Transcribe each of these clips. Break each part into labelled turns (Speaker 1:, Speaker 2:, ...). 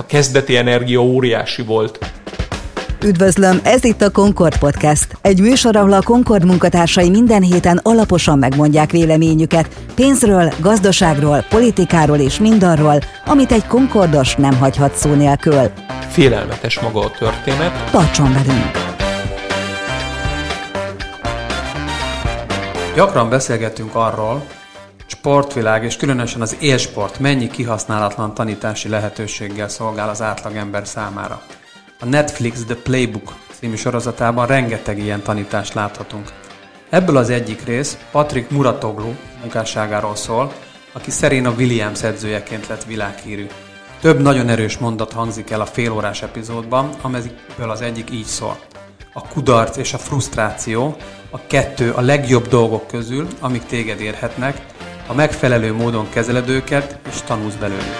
Speaker 1: a kezdeti energia óriási volt.
Speaker 2: Üdvözlöm, ez itt a Concord Podcast. Egy műsor, ahol a Concord munkatársai minden héten alaposan megmondják véleményüket pénzről, gazdaságról, politikáról és mindarról, amit egy Concordos nem hagyhat szó nélkül.
Speaker 1: Félelmetes maga a történet.
Speaker 2: Tartson velünk!
Speaker 3: Gyakran beszélgetünk arról, sportvilág és különösen az élsport mennyi kihasználatlan tanítási lehetőséggel szolgál az átlagember számára. A Netflix The Playbook című sorozatában rengeteg ilyen tanítást láthatunk. Ebből az egyik rész Patrick Mouratoglou munkásságáról szól, aki Serena Williams edzőjeként lett világhírű. Több nagyon erős mondat hangzik el a félórás epizódban, amelyből az egyik így szól. A kudarc és a frusztráció a kettő a legjobb dolgok közül, amik téged érhetnek, ha megfelelő módon kezeled őket és tanulsz belőlük.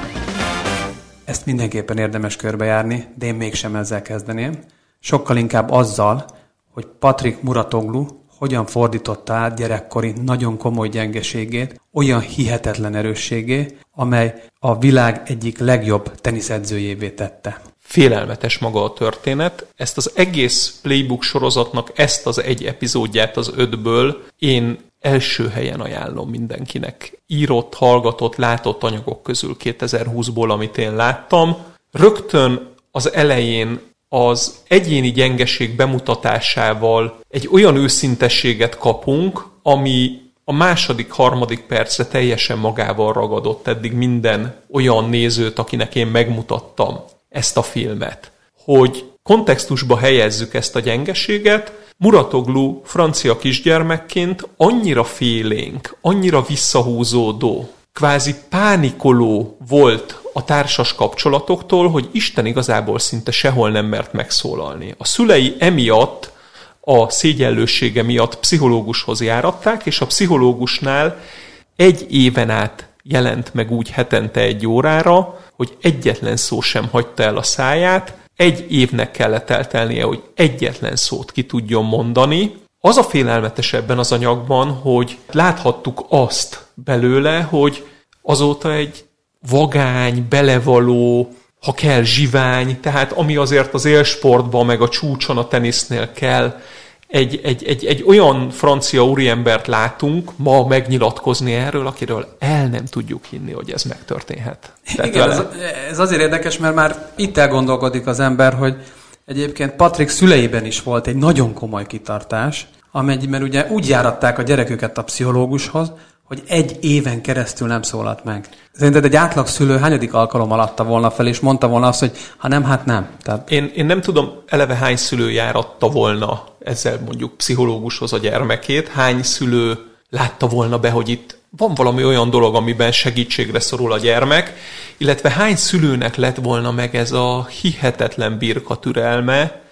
Speaker 3: Ezt mindenképpen érdemes körbejárni, de én mégsem ezzel kezdeném. Sokkal inkább azzal, hogy Patrick Mouratoglou hogyan fordította át gyerekkori nagyon komoly gyengeségét olyan hihetetlen erősségé, amely a világ egyik legjobb teniszedzőjévé tette.
Speaker 1: Félelmetes maga a történet. Ezt az egész Playbook sorozatnak ezt az egy epizódját az 5-ből én első helyen ajánlom mindenkinek. Írott, hallgatott, látott anyagok közül 2020-ból, amit én láttam. Rögtön az elején az egyéni gyengeség bemutatásával egy olyan őszintességet kapunk, ami a második, harmadik percre teljesen magával ragadott eddig minden olyan nézőt, akinek én megmutattam ezt a filmet. Hogy kontextusba helyezzük ezt a gyengeséget, Mouratoglou francia kisgyermekként annyira félénk, annyira visszahúzódó, kvázi pánikoló volt a társas kapcsolatoktól, hogy Isten igazából szinte sehol nem mert megszólalni. A szülei emiatt, a szégyellősége miatt pszichológushoz járatták, és a pszichológusnál 1 éven át jelent meg úgy hetente 1 órára, hogy egyetlen szó sem hagyta el a száját, 1 évnek kellett eltelnie, hogy egyetlen szót ki tudjon mondani. Az a félelmetes ebben az anyagban, hogy láthattuk azt belőle, hogy azóta egy vagány, belevaló, ha kell zsivány, tehát ami azért az élsportban, meg a csúcson a tenisznél kell, egy olyan francia úriembert látunk ma megnyilatkozni erről, akiről el nem tudjuk hinni, hogy ez megtörténhet.
Speaker 3: Igen, ez azért érdekes, mert már itt elgondolkodik az ember, hogy egyébként Patrick szüleiben is volt egy nagyon komoly kitartás, amelyben ugye úgy járatták a gyereküket a pszichológushoz, hogy 1 éven keresztül nem szólalt meg. Szerinted egy átlag szülő hányadik alkalommal adta volna fel, és mondta volna azt, hogy ha nem, hát nem. Tehát...
Speaker 1: Én nem tudom eleve hány szülő járatta volna ezzel mondjuk pszichológushoz a gyermekét, hány szülő látta volna be, hogy itt van valami olyan dolog, amiben segítségre szorul a gyermek, illetve hány szülőnek lett volna meg ez a hihetetlen birka türelme,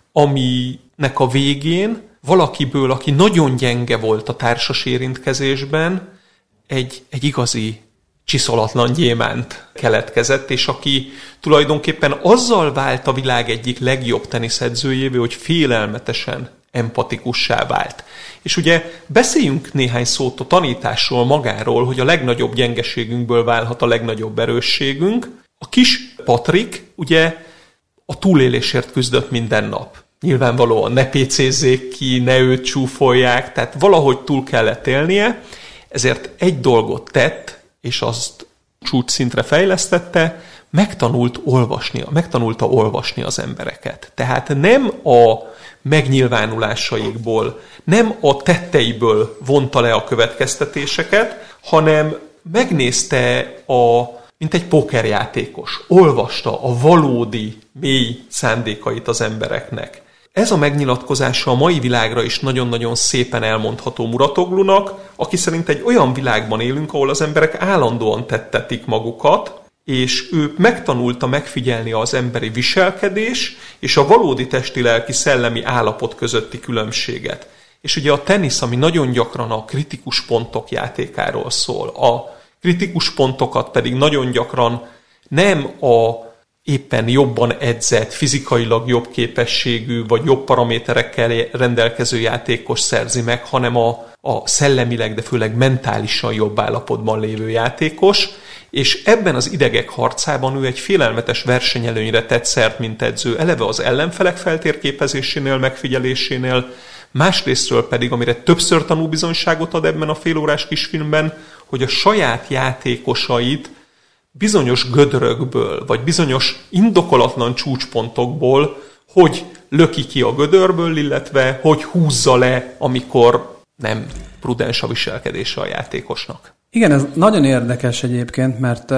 Speaker 1: aminek a végén valakiből, aki nagyon gyenge volt a társas érintkezésben, egy igazi csiszolatlan gyémánt keletkezett, és aki tulajdonképpen azzal vált a világ egyik legjobb teniszedzőjévé, hogy félelmetesen empatikussá vált. És ugye beszéljünk néhány szót a tanításról magáról, hogy a legnagyobb gyengeségünkből válhat a legnagyobb erősségünk. A kis Patrick ugye a túlélésért küzdött minden nap. Nyilvánvalóan ne pécézzék ki, ne őt csúfolják, tehát valahogy túl kellett élnie, ezért egy dolgot tett, és azt csúcsszintre fejlesztette, megtanulta olvasni az embereket. Tehát nem a megnyilvánulásaikból, nem a tetteiből vonta le a következtetéseket, hanem megnézte mint egy pókerjátékos, olvasta a valódi, mély szándékait az embereknek. Ez a megnyilatkozása a mai világra is nagyon-nagyon szépen elmondható Mouratoglounak, aki szerint egy olyan világban élünk, ahol az emberek állandóan tettetik magukat, és ő megtanulta megfigyelni az emberi viselkedés és a valódi testi-lelki-szellemi állapot közötti különbséget. És ugye a tenisz, ami nagyon gyakran a kritikus pontok játékáról szól, a kritikus pontokat pedig nagyon gyakran nem a éppen jobban edzett, fizikailag jobb képességű, vagy jobb paraméterekkel rendelkező játékos szerzi meg, hanem a szellemileg, de főleg mentálisan jobb állapotban lévő játékos, és ebben az idegek harcában ő egy félelmetes versenyelőnyre tett szert, mint edző, eleve az ellenfelek feltérképezésénél, megfigyelésénél, másrésztről pedig, amire többször tanúbizonyságot ad ebben a félórás kisfilmben, hogy a saját játékosait bizonyos gödrökből, vagy bizonyos indokolatlan csúcspontokból, hogy löki ki a gödörből, illetve hogy húzza le, amikor nem prudens a viselkedése a játékosnak.
Speaker 3: Igen, ez nagyon érdekes egyébként, mert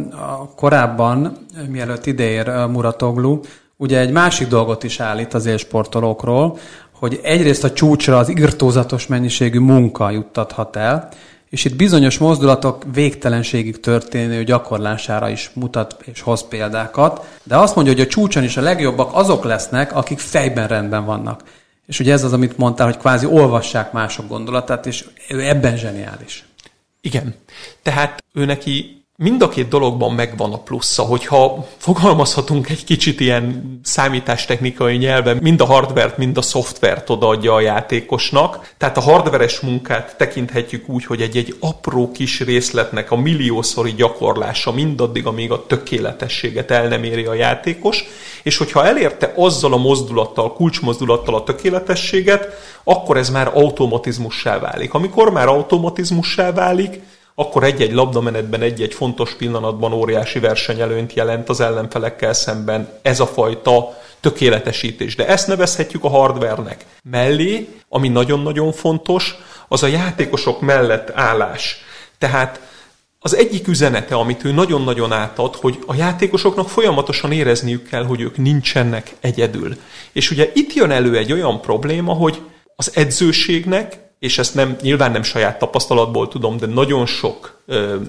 Speaker 3: korábban, mielőtt ideér Muratoglu, ugye egy másik dolgot is állít az élsportolókról, hogy egyrészt a csúcsra az irtózatos mennyiségű munka juttathat el, és itt bizonyos mozdulatok végtelenségig történő gyakorlására is mutat és hoz példákat, de azt mondja, hogy a csúcson is a legjobbak azok lesznek, akik fejben rendben vannak. És ugye ez az, amit mondtál, hogy kvázi olvassák mások gondolatát, és ő ebben zseniális.
Speaker 1: Igen. Tehát ő neki mind a két dologban megvan a plusza, hogyha fogalmazhatunk egy kicsit ilyen számítástechnikai nyelven, mind a hardvert, mind a szoftvert odaadja a játékosnak. Tehát a hardveres munkát tekinthetjük úgy, hogy egy apró kis részletnek a milliószori gyakorlása mindaddig, amíg a tökéletességet el nem éri a játékos, és hogyha elérte azzal a mozdulattal, kulcsmozdulattal a tökéletességet, akkor ez már automatizmussá válik. Amikor már automatizmussá válik, akkor egy-egy labdamenetben, egy-egy fontos pillanatban óriási versenyelőnyt jelent az ellenfelekkel szemben ez a fajta tökéletesítés. De ezt nevezhetjük a hardvernek. Mellé, ami nagyon-nagyon fontos, az a játékosok mellett állás. Tehát az egyik üzenete, amit ő nagyon-nagyon átad, hogy a játékosoknak folyamatosan érezniük kell, hogy ők nincsenek egyedül. És ugye itt jön elő egy olyan probléma, hogy az edzőségnek, és ezt nyilván nem saját tapasztalatból tudom, de nagyon sok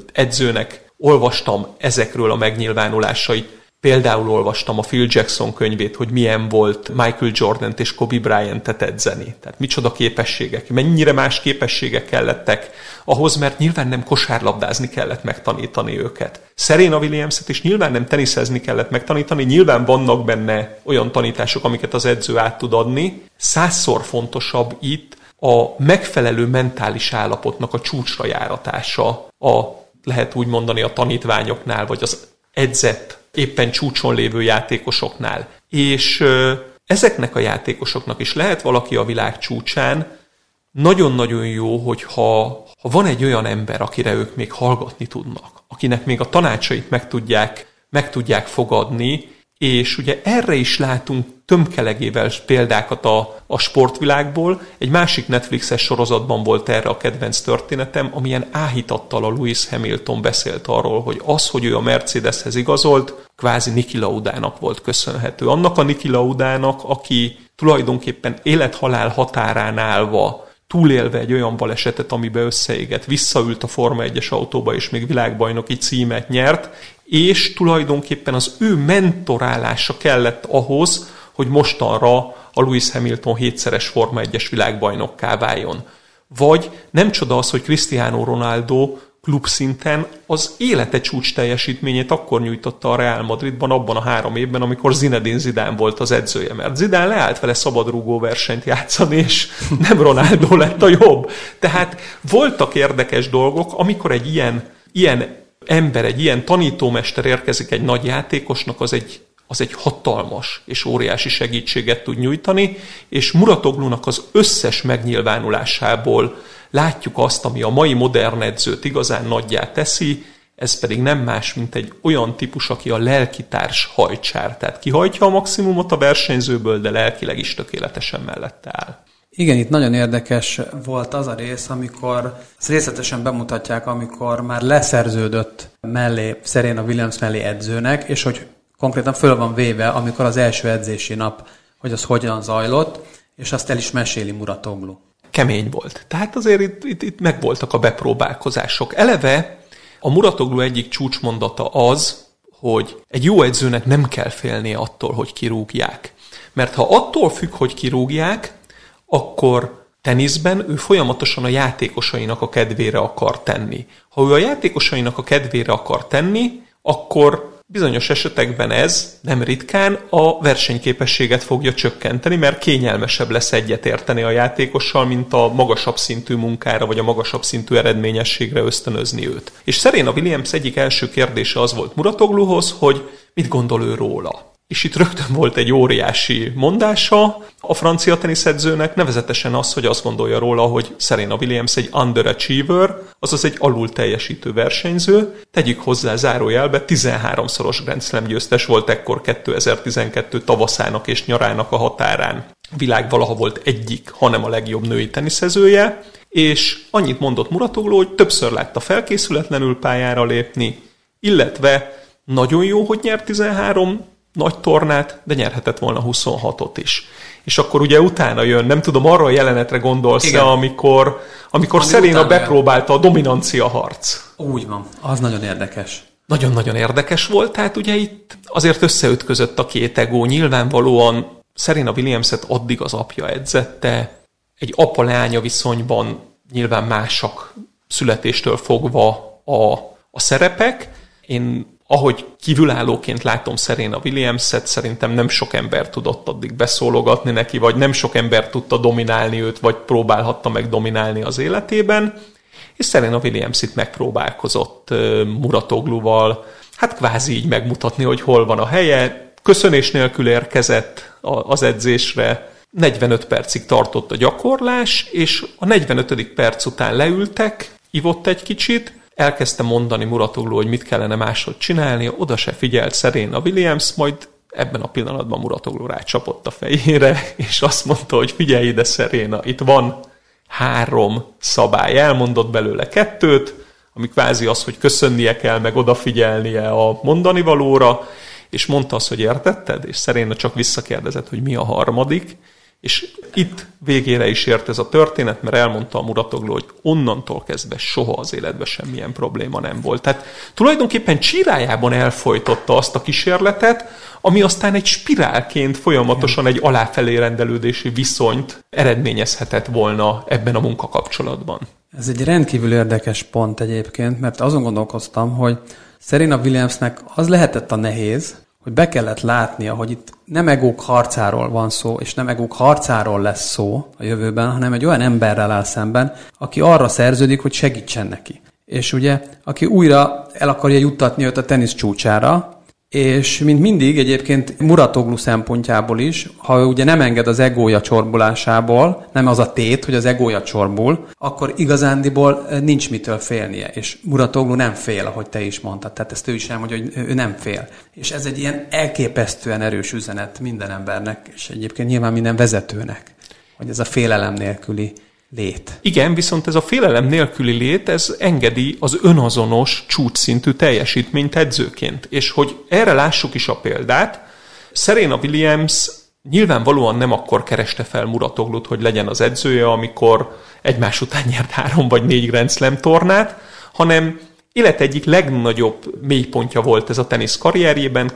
Speaker 1: edzőnek olvastam ezekről a megnyilvánulásait. Például olvastam a Phil Jackson könyvét, hogy milyen volt Michael Jordant és Kobe Bryant-et edzeni. Tehát micsoda képességek, mennyire más képességek kellettek ahhoz, mert nyilván nem kosárlabdázni kellett megtanítani őket. Serena Williamset is nyilván nem teniszezni kellett megtanítani, nyilván vannak benne olyan tanítások, amiket az edző át tud adni. 100-szor fontosabb itt a megfelelő mentális állapotnak a csúcsra járatása, lehet úgy mondani a tanítványoknál, vagy az edzett, éppen csúcson lévő játékosoknál. És ezeknek a játékosoknak is lehet valaki a világ csúcsán, nagyon-nagyon jó, hogyha van egy olyan ember, akire ők még hallgatni tudnak, akinek még a tanácsait meg tudják fogadni, és ugye erre is látunk tömkelegével példákat a sportvilágból. Egy másik Netflixes sorozatban volt erre a kedvenc történetem, amilyen áhítattal a Lewis Hamilton beszélt arról, hogy az, hogy ő a Mercedeshez igazolt, kvázi Niki Laudának volt köszönhető. Annak a Niki Laudának, aki tulajdonképpen élet-halál határán állva, túlélve egy olyan balesetet, amiben összeégett, visszaült a Forma 1-es autóba, és még világbajnoki címet nyert, és tulajdonképpen az ő mentorálása kellett ahhoz, hogy mostanra a Lewis Hamilton 7-szeres Forma 1-es világbajnokká váljon. Vagy nem csoda az, hogy Cristiano Ronaldo klubszinten az élete csúcs teljesítményét akkor nyújtotta a Real Madridban abban a 3 évben, amikor Zinedine Zidane volt az edzője, mert Zidane leállt vele szabadrúgó versenyt játszani, és nem Ronaldo lett a jobb. Tehát voltak érdekes dolgok, amikor egy ilyen ember, egy ilyen tanítómester érkezik egy nagy játékosnak, az egy hatalmas és óriási segítséget tud nyújtani, és Muratoglunak az összes megnyilvánulásából látjuk azt, ami a mai modern edzőt igazán nagyjá teszi, ez pedig nem más, mint egy olyan típus, aki a lelkitárs hajcsár, tehát kihajtja a maximumot a versenyzőből, de lelkileg is tökéletesen mellette áll.
Speaker 3: Igen, itt nagyon érdekes volt az a rész, amikor ezt részletesen bemutatják, amikor már leszerződött Serena Williams mellé edzőnek, és hogy konkrétan föl van véve, amikor az első edzési nap, hogy az hogyan zajlott, és azt el is meséli Muratoglu.
Speaker 1: Kemény volt. Tehát azért itt megvoltak a bepróbálkozások. Eleve a Muratoglu egyik csúcsmondata az, hogy egy jó edzőnek nem kell félnie attól, hogy kirúgják. Mert ha attól függ, hogy kirúgják, akkor teniszben ő folyamatosan a játékosainak a kedvére akar tenni. Ha ő a játékosainak a kedvére akar tenni, akkor bizonyos esetekben ez nem ritkán a versenyképességet fogja csökkenteni, mert kényelmesebb lesz egyetérteni a játékossal, mint a magasabb szintű munkára, vagy a magasabb szintű eredményességre ösztönözni őt. És Serena Williams egyik első kérdése az volt Muratogluhoz, hogy mit gondol ő róla. És itt rögtön volt egy óriási mondása a francia teniszedzőnek, nevezetesen az, hogy azt gondolja róla, hogy Serena Williams egy underachiever, azaz egy alul teljesítő versenyző. Tegyük hozzá zárójelbe, 13-szoros Grand Slam győztes volt ekkor 2012 tavaszának és nyarának a határán. A világ valaha volt egyik, hanem a legjobb női teniszezője, és annyit mondott Muratoglu, hogy többször látta felkészületlenül pályára lépni, illetve nagyon jó, hogy nyert 13 nagy tornát, de nyerhetett volna 26-ot is. És akkor ugye utána jön, nem tudom, arra a jelenetre gondolsz-e, amikor Serena bepróbálta a dominancia harc.
Speaker 3: Úgy van, az nagyon érdekes.
Speaker 1: Nagyon-nagyon érdekes volt, tehát ugye itt azért összeütközött a két egó. Nyilvánvalóan Serena Williamset addig az apja edzette, egy apa-lánya viszonyban nyilván másak születéstől fogva a szerepek. Én ahogy kívülállóként látom Serena Williamset, szerintem nem sok ember tudott addig beszólogatni neki, vagy nem sok ember tudta dominálni őt, vagy próbálhatta meg dominálni az életében, és Serena Williams itt megpróbálkozott Muratogluval, hát kvázi így megmutatni, hogy hol van a helye. Köszönés nélkül érkezett az edzésre, 45 percig tartott a gyakorlás, és a 45. perc után leültek, ivott egy kicsit, elkezdte mondani Muratoglu, hogy mit kellene máshogy csinálni, oda se figyelt Serena Williams, majd ebben a pillanatban Muratoglu rácsapott a fejére, és azt mondta, hogy figyelj ide Serena, itt van 3 szabály, elmondott belőle 2, ami kvázi az, hogy köszönnie kell, meg odafigyelnie a mondani valóra, és mondta azt, hogy értetted, és Serena csak visszakérdezett, hogy mi a 3. És itt végére is ért ez a történet, mert elmondta a Muratoglu, hogy onnantól kezdve soha az életben semmilyen probléma nem volt. Tehát tulajdonképpen csírájában elfojtotta azt a kísérletet, ami aztán egy spirálként folyamatosan egy aláfelé rendelődési viszonyt eredményezhetett volna ebben a munkakapcsolatban.
Speaker 3: Ez egy rendkívül érdekes pont egyébként, mert azon gondolkoztam, hogy Serena Williamsnek az lehetett a nehéz, hogy be kellett látnia, hogy itt nem egók harcáról van szó, és nem egók harcáról lesz szó a jövőben, hanem egy olyan emberrel áll szemben, aki arra szerződik, hogy segítsen neki. És ugye, aki újra el akarja juttatni őt a tenisz csúcsára, és mint mindig egyébként Muratoglu szempontjából is, ha ő ugye nem enged az egója csorbulásából, nem az a tét, hogy az egója csorbul, akkor igazándiból nincs mitől félnie. És Muratoglu nem fél, ahogy te is mondtad. Tehát ezt ő is elmondja, hogy ő nem fél. És ez egy ilyen elképesztően erős üzenet minden embernek, és egyébként nyilván minden vezetőnek, hogy ez a félelem nélküli lét.
Speaker 1: Igen, viszont ez a félelem nélküli lét, ez engedi az önazonos csúcsszintű teljesítményt edzőként. És hogy erre lássuk is a példát, Serena Williams nyilvánvalóan nem akkor kereste fel Muratoglut, hogy legyen az edzője, amikor egymás után nyert 3 vagy 4 Grand Slam tornát, hanem élet egyik legnagyobb mélypontja volt ez a tenisz karrierjében.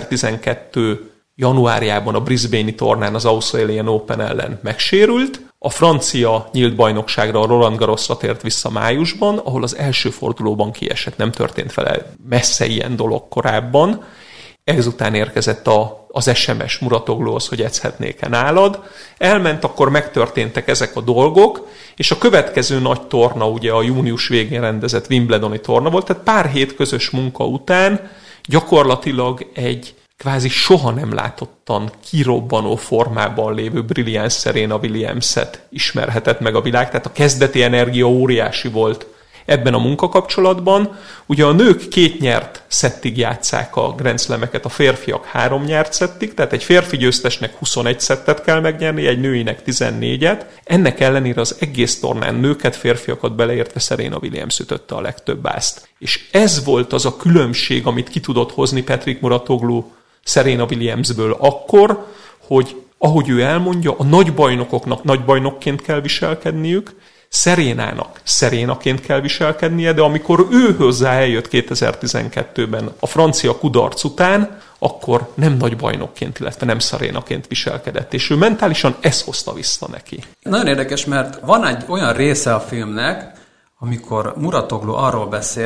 Speaker 1: 2012 januárjában a Brisbane-i tornán az Australian Open ellen megsérült. A francia nyílt bajnokságra, a Roland Garrosra tért vissza májusban, ahol az első fordulóban kiesett, nem történt vele messze ilyen dolog korábban. Ezután érkezett az SMS Muratogluhoz, hogy edzhetnék-e nálad. Elment, akkor megtörténtek ezek a dolgok, és a következő nagy torna ugye a június végén rendezett Wimbledoni torna volt, tehát pár hét közös munka után gyakorlatilag egy kvázi soha nem látottan kirobbanó formában lévő brilliáns Serena Williamset ismerhetett meg a világ, tehát a kezdeti energia óriási volt ebben a munkakapcsolatban. Ugye a nők 2 nyert szettig játsszák a Grand Slameket, a férfiak 3 nyert szettig, tehát egy férfi győztesnek 21 szettet kell megnyerni, egy nőinek 14-et. Ennek ellenére az egész tornán nőket, férfiakat beleértve Serena Williams ütötte a legtöbb ászt. És ez volt az a különbség, amit ki tudott hozni Patrick Muratoglu Serena Williamsből akkor, hogy ahogy ő elmondja, a nagybajnokoknak nagybajnokként kell viselkedniük, Serenának Serenaként kell viselkednie, de amikor ő hozzá eljött 2012-ben a francia kudarc után, akkor nem nagybajnokként, illetve nem Serenaként viselkedett, és ő mentálisan ezt hozta vissza neki.
Speaker 3: Nagyon érdekes, mert van egy olyan része a filmnek, amikor Muratoglu arról beszél,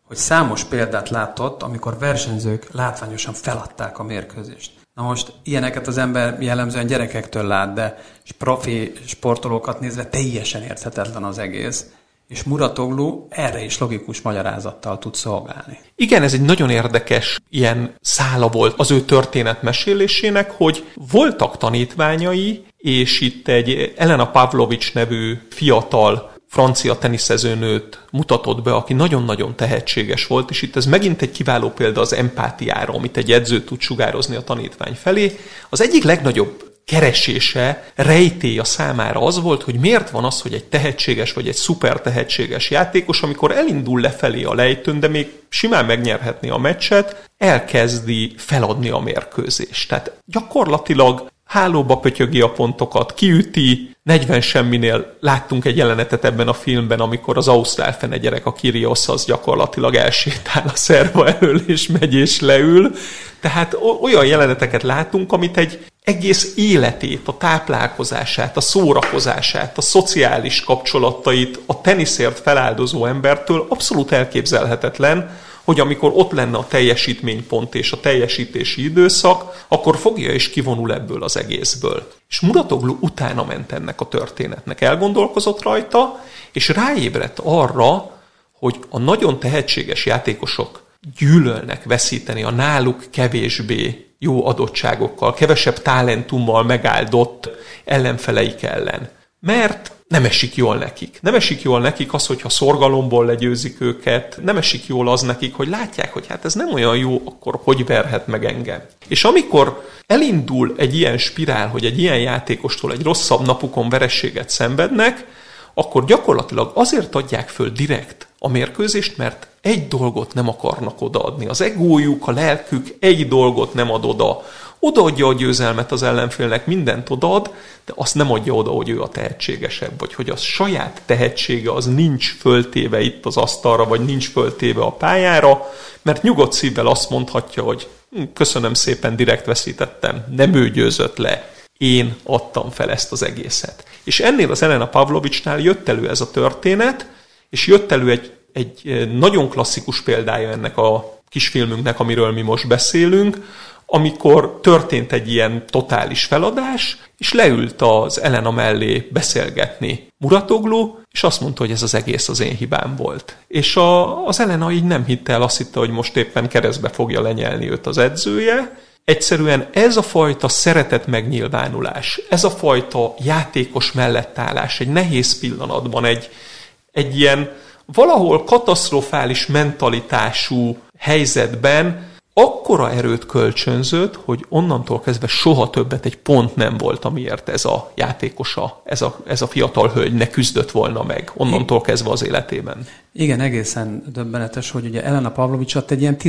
Speaker 3: hogy számos példát látott, amikor versenyzők látványosan feladták a mérkőzést. Na most ilyeneket az ember jellemzően gyerekektől lát, de profi sportolókat nézve teljesen érthetetlen az egész. És Muratoglu erre is logikus magyarázattal tud szolgálni.
Speaker 1: Igen, ez egy nagyon érdekes ilyen szála volt az ő történetmesélésének, hogy voltak tanítványai, és itt egy Elena Pavlovics nevű fiatal francia teniszezőnőt mutatott be, aki nagyon-nagyon tehetséges volt, és itt ez megint egy kiváló példa az empátiára, amit egy edző tud sugározni a tanítvány felé. Az egyik legnagyobb keresése, rejtélye számára az volt, hogy miért van az, hogy egy tehetséges vagy egy szuper tehetséges játékos, amikor elindul lefelé a lejtőn, de még simán megnyerhetné a meccset, elkezdi feladni a mérkőzést. Tehát gyakorlatilag hálóba pötyögi a pontokat, kiüti, 40 semminél láttunk egy jelenetet ebben a filmben, amikor az ausztrál fenegyerek, a Kyrgios, az gyakorlatilag elsétál a szerva elől, és megy és leül. Tehát olyan jeleneteket látunk, amit egy egész életét, a táplálkozását, a szórakozását, a szociális kapcsolatait a teniszért feláldozó embertől abszolút elképzelhetetlen, hogy amikor ott lenne a teljesítménypont és a teljesítési időszak, akkor fogja és kivonul ebből az egészből. És Muratoglu utána ment ennek a történetnek, elgondolkozott rajta, és ráébredt arra, hogy a nagyon tehetséges játékosok gyűlölnek veszíteni a náluk kevésbé jó adottságokkal, kevesebb talentummal megáldott ellenfeleik ellen. Mert nem esik jól nekik. Nem esik jól nekik az, hogyha szorgalomból legyőzik őket, nem esik jól az nekik, hogy látják, hogy hát ez nem olyan jó, akkor hogy verhet meg engem. És amikor elindul egy ilyen spirál, hogy egy ilyen játékostól egy rosszabb napukon vereséget szenvednek, akkor gyakorlatilag azért adják föl direkt a mérkőzést, mert egy dolgot nem akarnak odaadni. Az egójuk, a lelkük egy dolgot nem ad oda. Odaadja a győzelmet az ellenfélnek, mindent odaad, de azt nem adja oda, hogy ő a tehetségesebb, vagy hogy a saját tehetsége az nincs föltéve itt az asztalra, vagy nincs föltéve a pályára, mert nyugodt szívvel azt mondhatja, hogy köszönöm szépen, direkt veszítettem, nem ő győzött le, én adtam fel ezt az egészet. És ennél az Elena Pavlovicsnál jött elő ez a történet, és jött elő egy nagyon klasszikus példája ennek a kisfilmünknek, amiről mi most beszélünk, amikor történt egy ilyen totális feladás, és leült az Elena mellé beszélgetni Muratoglu, és azt mondta, hogy ez az egész az én hibám volt. És az Elena így nem hitte el, azt hitte, hogy most éppen keresztbe fogja lenyelni őt az edzője. Egyszerűen ez a fajta szeretet megnyilvánulás, ez a fajta játékos mellettállás egy nehéz pillanatban, egy ilyen valahol katasztrofális mentalitású helyzetben akkora erőt kölcsönzött, hogy onnantól kezdve soha többet egy pont nem volt, amiért ez a játékosa, ez a fiatal hölgy ne küzdött volna meg onnantól kezdve az életében.
Speaker 3: Igen, egészen döbbenetes, hogy ugye Elena Pavlovicsot egy ilyen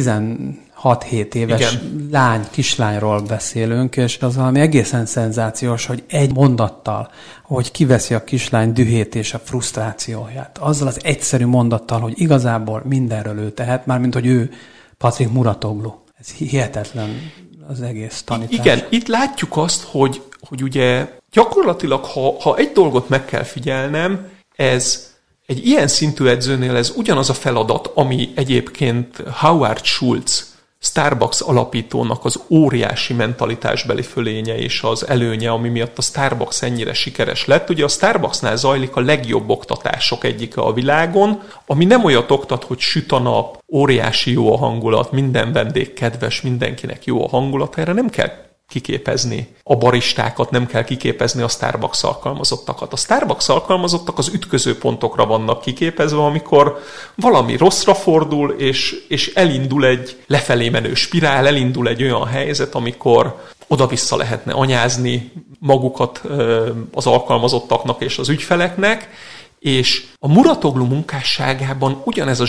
Speaker 3: 16-7 éves lány, kislányról beszélünk, és az valami egészen szenzációs, hogy egy mondattal, hogy kiveszi a kislány dühét és a frusztrációját. Azzal az egyszerű mondattal, hogy igazából mindenről ő tehet, mármint hogy ő Patrik Muratoglu. Ez hihetetlen az egész tanítás.
Speaker 1: Igen, itt látjuk azt, hogy ugye gyakorlatilag, ha egy dolgot meg kell figyelnem, ez egy ilyen szintű edzőnél ez ugyanaz a feladat, ami egyébként Howard Schultz, Starbucks alapítónak az óriási mentalitásbeli fölénye és az előnye, ami miatt a Starbucks ennyire sikeres lett. Ugye a Starbucksnál zajlik a legjobb oktatások egyike a világon, ami nem olyat oktat, hogy süt a nap, óriási jó a hangulat, minden vendég kedves, mindenkinek jó a hangulat, erre nem kell kiképezni a baristákat, nem kell kiképezni a Starbucks alkalmazottakat. A Starbucks alkalmazottak az ütköző pontokra vannak kiképezve, amikor valami rosszra fordul, és elindul egy lefelé menő spirál, elindul egy olyan helyzet, amikor oda-vissza lehetne anyázni magukat az alkalmazottaknak és az ügyfeleknek, és a Muratoglu munkásságában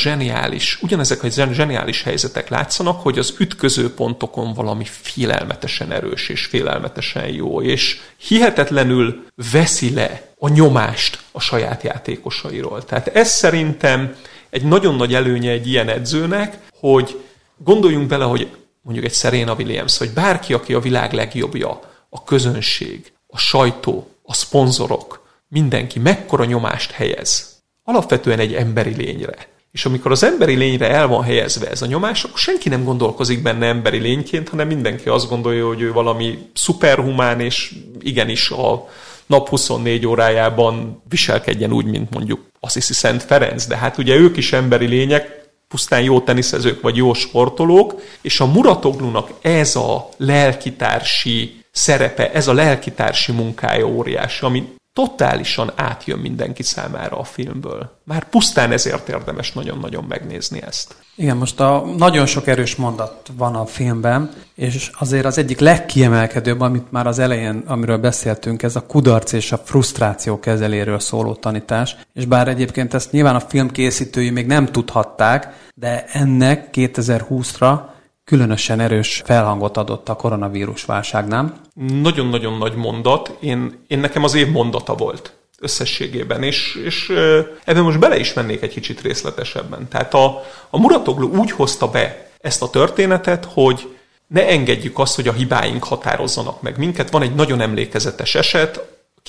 Speaker 1: ugyanezek a zseniális helyzetek látszanak, hogy az ütköző pontokon valami félelmetesen erős és félelmetesen jó, és hihetetlenül veszi le a nyomást a saját játékosairól. Tehát ez szerintem egy nagyon nagy előnye egy ilyen edzőnek, hogy gondoljunk bele, hogy mondjuk egy Serena Williams, vagy bárki, aki a világ legjobbja, a közönség, a sajtó, a szponzorok, mindenki mekkora nyomást helyez alapvetően egy emberi lényre. És amikor az emberi lényre el van helyezve ez a nyomás, akkor senki nem gondolkozik benne emberi lényként, hanem mindenki azt gondolja, hogy ő valami szuperhumán, és igenis a nap 24 órájában viselkedjen úgy, mint mondjuk Assisi Szent Ferenc. De hát ugye ők is emberi lények, pusztán jó teniszezők vagy jó sportolók, és a Muratoglunak ez a lelkitársi szerepe, ez a lelkitársi munkája óriási, ami totálisan átjön mindenki számára a filmből. Már pusztán ezért érdemes nagyon-nagyon megnézni ezt.
Speaker 3: Igen, most nagyon sok erős mondat van a filmben, és azért az egyik legkiemelkedőbb, amit már az elején, amiről beszéltünk, ez a kudarc és a frusztráció kezeléről szóló tanítás. És bár egyébként ezt nyilván a film készítői még nem tudhatták, de ennek 2020-ra különösen erős felhangot adott a koronavírus válságnál. Nagyon-nagyon nagy mondat. Én nekem az év mondata volt összességében, és ebben most bele is mennék egy kicsit részletesebben. Tehát a Muratoglu úgy hozta be ezt a történetet, hogy ne engedjük azt, hogy a hibáink határozzanak meg minket. Van egy nagyon emlékezetes eset,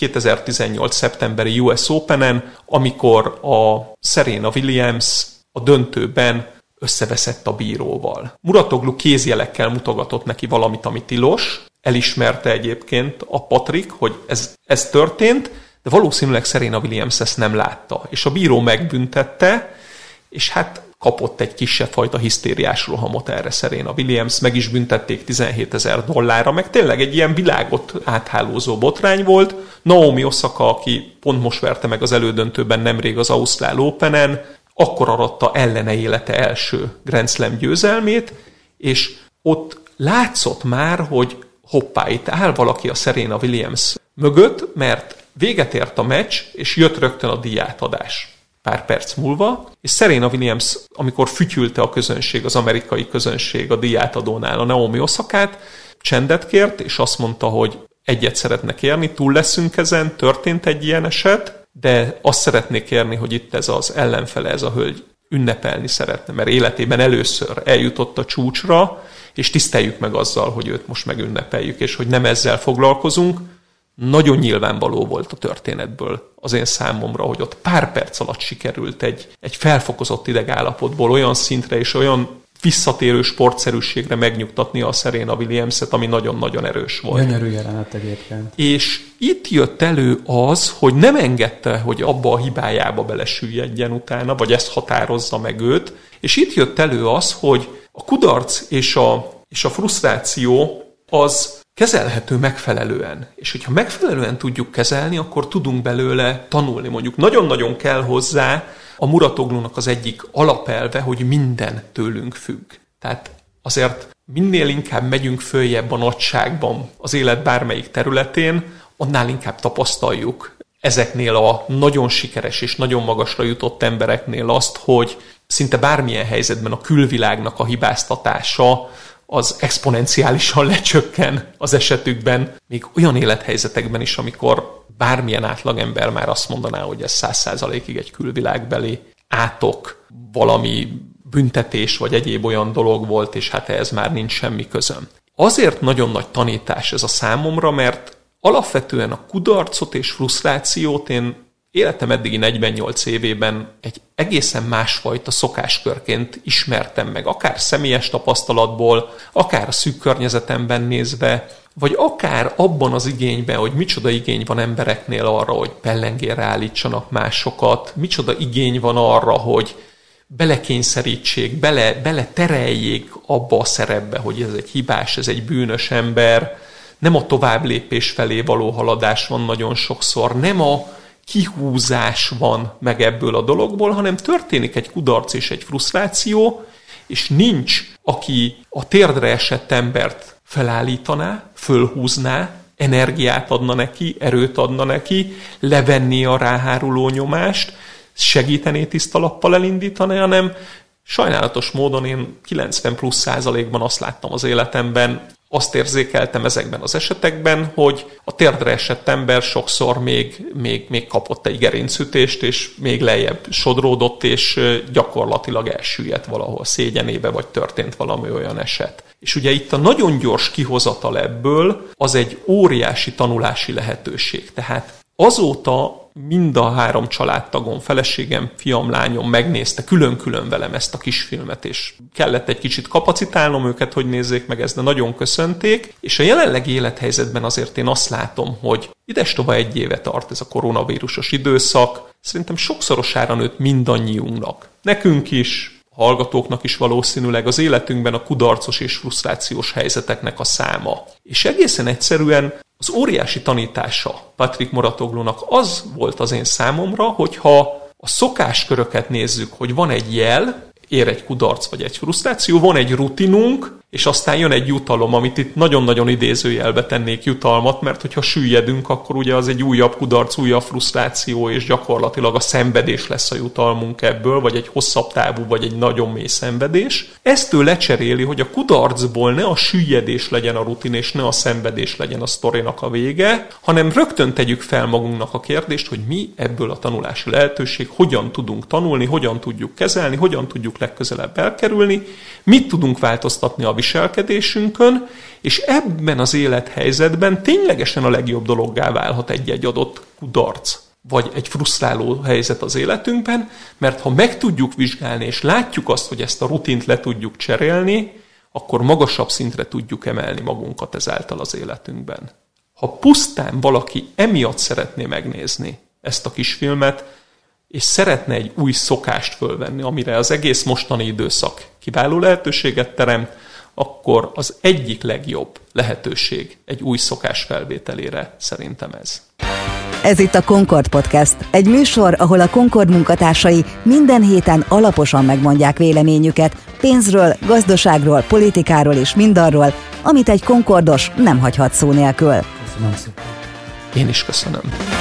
Speaker 3: 2018. szeptemberi US Openen, amikor a Serena Williams a döntőben összeveszett a bíróval. Muratoglu kézjelekkel mutogatott neki valamit, ami tilos, elismerte egyébként a Patrik, hogy ez történt, de valószínűleg Serena Williams ezt nem látta. És a bíró megbüntette, és hát kapott egy kisebb fajta hisztériás rohamot erre Serena Williams, meg is büntették $17,000, meg tényleg egy ilyen világot áthálózó botrány volt. Naomi Osaka, aki pont most verte meg az elődöntőben nemrég az Ausztrál Openen, akkor aratta ellene élete első Grand Slam győzelmét, és ott látszott már, hogy hoppá, itt áll valaki a Serena Williams mögött, mert véget ért a meccs, és jött rögtön a díjátadás pár perc múlva, és Serena Williams, amikor fütyülte a közönség, az amerikai közönség a díjátadónál a Naomi Osakát, csendet kért, és azt mondta, hogy egyet szeretne kérni, túl leszünk ezen, történt egy ilyen eset, de azt szeretnék kérni, hogy itt ez az ellenfele, ez a hölgy ünnepelni szeretne, mert életében először eljutott a csúcsra, és tiszteljük meg azzal, hogy őt most megünnepeljük, és hogy nem ezzel foglalkozunk. Nagyon nyilvánvaló volt a történetből az én számomra, hogy ott pár perc alatt sikerült egy felfokozott idegállapotból olyan szintre és olyan visszatérő sportszerűségre megnyugtatni a Serena Williams-et, ami nagyon-nagyon erős volt. Gyönyörű jelenet egyébként.
Speaker 1: És itt jött elő az, hogy nem engedte, hogy abba a hibájába belesüljedjen utána, vagy ezt határozza meg őt, és itt jött elő az, hogy a kudarc és a frusztráció az kezelhető megfelelően. És hogyha megfelelően tudjuk kezelni, akkor tudunk belőle tanulni. Mondjuk nagyon-nagyon kell hozzá a Muratoglunak az egyik alapelve, hogy minden tőlünk függ. Tehát azért minél inkább megyünk följebb a nagyságban az élet bármelyik területén, annál inkább tapasztaljuk ezeknél a nagyon sikeres és nagyon magasra jutott embereknél azt, hogy szinte bármilyen helyzetben a külvilágnak a hibáztatása az exponenciálisan lecsökken az esetükben, még olyan élethelyzetekben is, amikor bármilyen átlagember már azt mondaná, hogy ez 100%-ig egy külvilágbeli átok, valami büntetés vagy egyéb olyan dolog volt, és hát ehhez már nincs semmi közöm. Azért nagyon nagy tanítás ez a számomra, mert alapvetően a kudarcot és frusztrációt én életem eddigi 48 évében egy egészen másfajta szokáskörként ismertem meg, akár személyes tapasztalatból, akár a szűk környezetemben nézve, vagy akár abban az igényben, hogy micsoda igény van embereknél arra, hogy pellengérre állítsanak másokat, micsoda igény van arra, hogy belekényszerítsék, beletereljék abba a szerepbe, hogy ez egy hibás, ez egy bűnös ember, nem a továbblépés felé való haladás van nagyon sokszor, nem a kihúzás van meg ebből a dologból, hanem történik egy kudarc és egy frusztráció, és nincs, aki a térdre esett embert felállítaná, fölhúzná, energiát adna neki, erőt adna neki, levenni a ráháruló nyomást, segítené tiszta lappal elindítani, hanem sajnálatos módon én 90+% azt láttam az életemben, azt érzékeltem ezekben az esetekben, hogy a térdre esett ember sokszor még kapott egy gerincütést, és még lejjebb sodródott, és gyakorlatilag elsüllyedt valahol szégyenébe, vagy történt valami olyan eset. És ugye itt a nagyon gyors kihozatal ebből az egy óriási tanulási lehetőség. Tehát azóta mind a 3 családtagom, feleségem, fiam, lányom megnézte külön-külön velem ezt a kisfilmet, és kellett egy kicsit kapacitálnom őket, hogy nézzék meg ezt, de nagyon köszönték, és a jelenlegi élethelyzetben azért én azt látom, hogy idestova 1 éve tart ez a koronavírusos időszak, szerintem sokszorosára nőtt mindannyiunknak. Nekünk is, hallgatóknak is valószínűleg az életünkben a kudarcos és frusztrációs helyzeteknek a száma. És egészen egyszerűen az óriási tanítása Patrick Moratoglónak az volt az én számomra, hogyha a szokásköröket nézzük, hogy van egy jel, ér egy kudarc vagy egy frusztráció, van egy rutinunk, és aztán jön egy jutalom, amit itt nagyon-nagyon idézőjelbe tennék jutalmat, mert hogyha süllyedünk, akkor ugye az egy újabb kudarc, újabb frusztráció, és gyakorlatilag a szenvedés lesz a jutalmunk ebből, vagy egy hosszabb távú, vagy egy nagyon mély szenvedés. Ezt ő lecseréli, hogy a kudarcból ne a süllyedés legyen a rutin, és ne a szenvedés legyen a sztorinak a vége, hanem rögtön tegyük fel magunknak a kérdést, hogy mi ebből a tanulási lehetőség, hogyan tudunk tanulni, hogyan tudjuk kezelni, hogyan tudjuk legközelebb elkerülni, mit tudunk változtatni a viselkedésünkön, és ebben az élethelyzetben ténylegesen a legjobb dologgá válhat egy-egy adott kudarc, vagy egy frusztráló helyzet az életünkben, mert ha meg tudjuk vizsgálni, és látjuk azt, hogy ezt a rutint le tudjuk cserélni, akkor magasabb szintre tudjuk emelni magunkat ezáltal az életünkben. Ha pusztán valaki emiatt szeretné megnézni ezt a kisfilmet, és szeretne egy új szokást fölvenni, amire az egész mostani időszak kiváló lehetőséget teremt, akkor az egyik legjobb lehetőség egy új szokás felvételére szerintem ez.
Speaker 2: Ez itt a Concord Podcast, egy műsor, ahol a Concord munkatársai minden héten alaposan megmondják véleményüket pénzről, gazdaságról, politikáról és mindarról, amit egy Concordos nem hagyhat szó nélkül.
Speaker 3: Köszönöm szépen.
Speaker 1: Én is köszönöm.